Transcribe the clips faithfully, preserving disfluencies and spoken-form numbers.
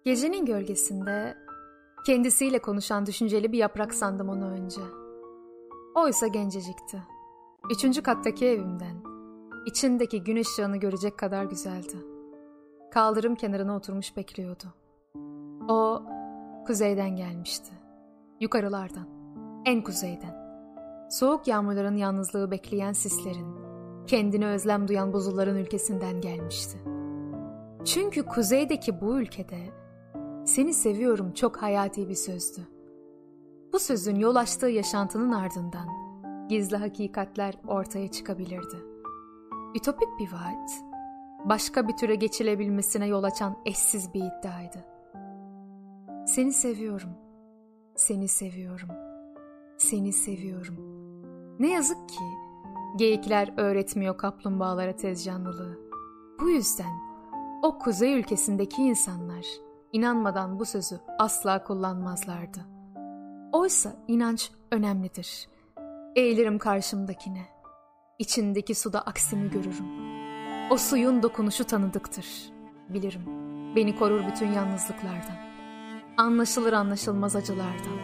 Gecenin gölgesinde kendisiyle konuşan düşünceli bir yaprak sandım onu önce. Oysa gencecikti. Üçüncü kattaki evimden içindeki gün ışığını görecek kadar güzeldi. Kaldırım kenarına oturmuş bekliyordu. O kuzeyden gelmişti. Yukarılardan, en kuzeyden. Soğuk yağmurların yalnızlığı bekleyen sislerin, kendine özlem duyan buzulların ülkesinden gelmişti. Çünkü kuzeydeki bu ülkede seni seviyorum çok hayati bir sözdü. Bu sözün yol açtığı yaşantının ardından gizli hakikatler ortaya çıkabilirdi. Ütopik bir vaat, başka bir türe geçilebilmesine yol açan eşsiz bir iddiaydı. Seni seviyorum, seni seviyorum, seni seviyorum. Ne yazık ki geyikler öğretmiyor kaplumbağalara tez canlılığı. Bu yüzden o kuzey ülkesindeki insanlar inanmadan bu sözü asla kullanmazlardı. Oysa inanç önemlidir. Eğilirim karşımdakine. İçindeki suda aksini görürüm. O suyun dokunuşu tanıdıktır. Bilirim, beni korur bütün yalnızlıklardan. Anlaşılır anlaşılmaz acılardan.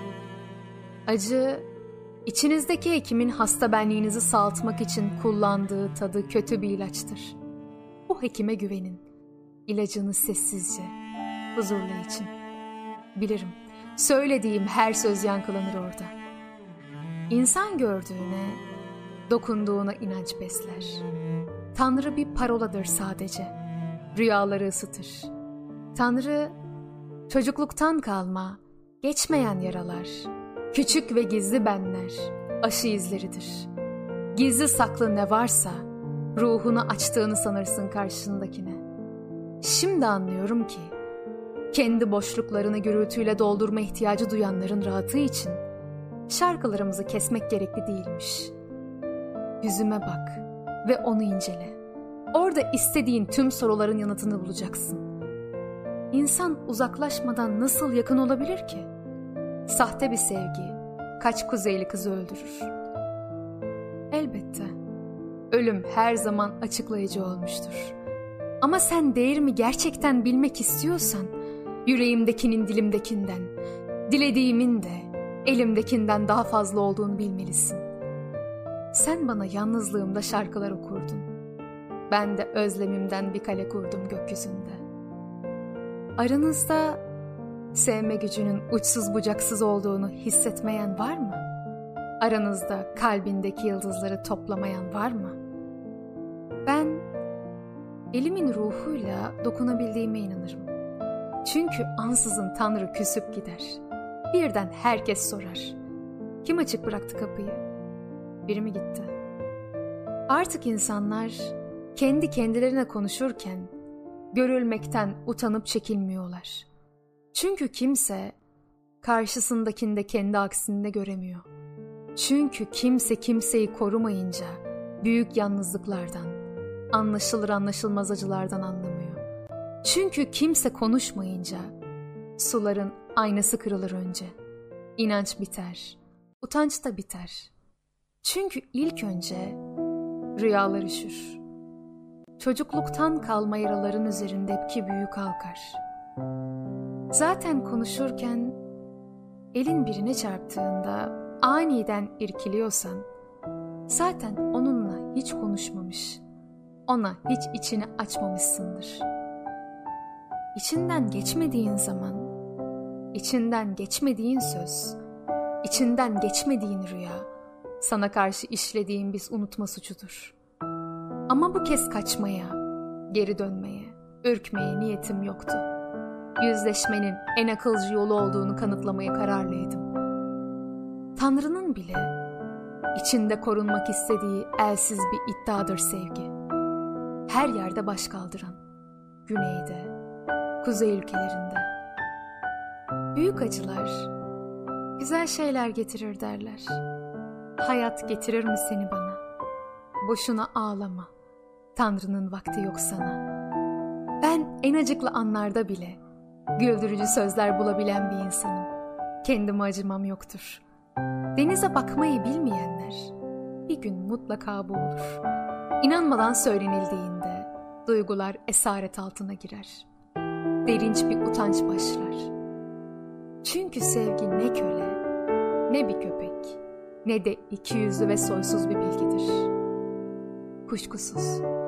Acı, içinizdeki hekimin hasta benliğinizi sağaltmak için kullandığı tadı kötü bir ilaçtır. Bu hekime güvenin. İlacını sessizce, huzurla için. Bilirim, söylediğim her söz yankılanır orada. İnsan gördüğüne, dokunduğuna inanç besler. Tanrı bir paroladır sadece. Rüyaları ısıtır. Tanrı, çocukluktan kalma, geçmeyen yaralar, küçük ve gizli benler, aşı izleridir. Gizli saklı ne varsa, ruhunu açtığını sanırsın karşındakine. Şimdi anlıyorum ki, kendi boşluklarını gürültüyle doldurma ihtiyacı duyanların rahatı için şarkılarımızı kesmek gerekli değilmiş. Yüzüme bak ve onu incele. Orada istediğin tüm soruların yanıtını bulacaksın. İnsan uzaklaşmadan nasıl yakın olabilir ki? Sahte bir sevgi kaç kuzeyli kızı öldürür. Elbette, ölüm her zaman açıklayıcı olmuştur. Ama sen değerimi gerçekten bilmek istiyorsan, yüreğimdekinin dilimdekinden, dilediğimin de elimdekinden daha fazla olduğunu bilmelisin. Sen bana yalnızlığımda şarkılar okurdun. Ben de özlemimden bir kale kurdum gökyüzünde. Aranızda sevme gücünün uçsuz bucaksız olduğunu hissetmeyen var mı? Aranızda kalbindeki yıldızları toplamayan var mı? Ben elimin ruhuyla dokunabildiğime inanırım. Çünkü ansızın Tanrı küsüp gider. Birden herkes sorar. Kim açık bıraktı kapıyı? Biri mi gitti? Artık insanlar kendi kendilerine konuşurken görülmekten utanıp çekilmiyorlar. Çünkü kimse karşısındakinde kendi aksini göremiyor. Çünkü kimse kimseyi korumayınca büyük yalnızlıklardan, anlaşılır anlaşılmaz acılardan anlamıyor. Çünkü kimse konuşmayınca suların aynası kırılır önce. İnanç biter, utanç da biter. Çünkü ilk önce rüyalar üşür. Çocukluktan kalma yaraların üzerindeki büyü kalkar. Zaten konuşurken elin birine çarptığında aniden irkiliyorsan, zaten onunla hiç konuşmamış, ona hiç içini açmamışsındır. İçinden geçmediğin zaman, içinden geçmediğin söz, içinden geçmediğin rüya, sana karşı işlediğin bir unutma suçudur. Ama bu kez kaçmaya, geri dönmeye, ürkmeye niyetim yoktu. Yüzleşmenin en akılcı yolu olduğunu kanıtlamaya kararlıydım. Tanrı'nın bile içinde korunmak istediği elsiz bir iddiadır sevgi. Her yerde baş kaldıran, güneyde, kuzey ülkelerinde. Büyük acılar güzel şeyler getirir derler. Hayat getirir mi seni bana? Boşuna ağlama, Tanrı'nın vakti yok sana. Ben en acıklı anlarda bile güldürücü sözler bulabilen bir insanım. Kendime acımam yoktur. Denize bakmayı bilmeyenler bir gün mutlaka boğulur. İnanmadan söylenildiğinde duygular esaret altına girer. derinç bir utanç başlar. Çünkü sevgi ne köle, ne bir köpek, ne de iki yüzlü ve soysuz bir bilgidir. Kuşkusuz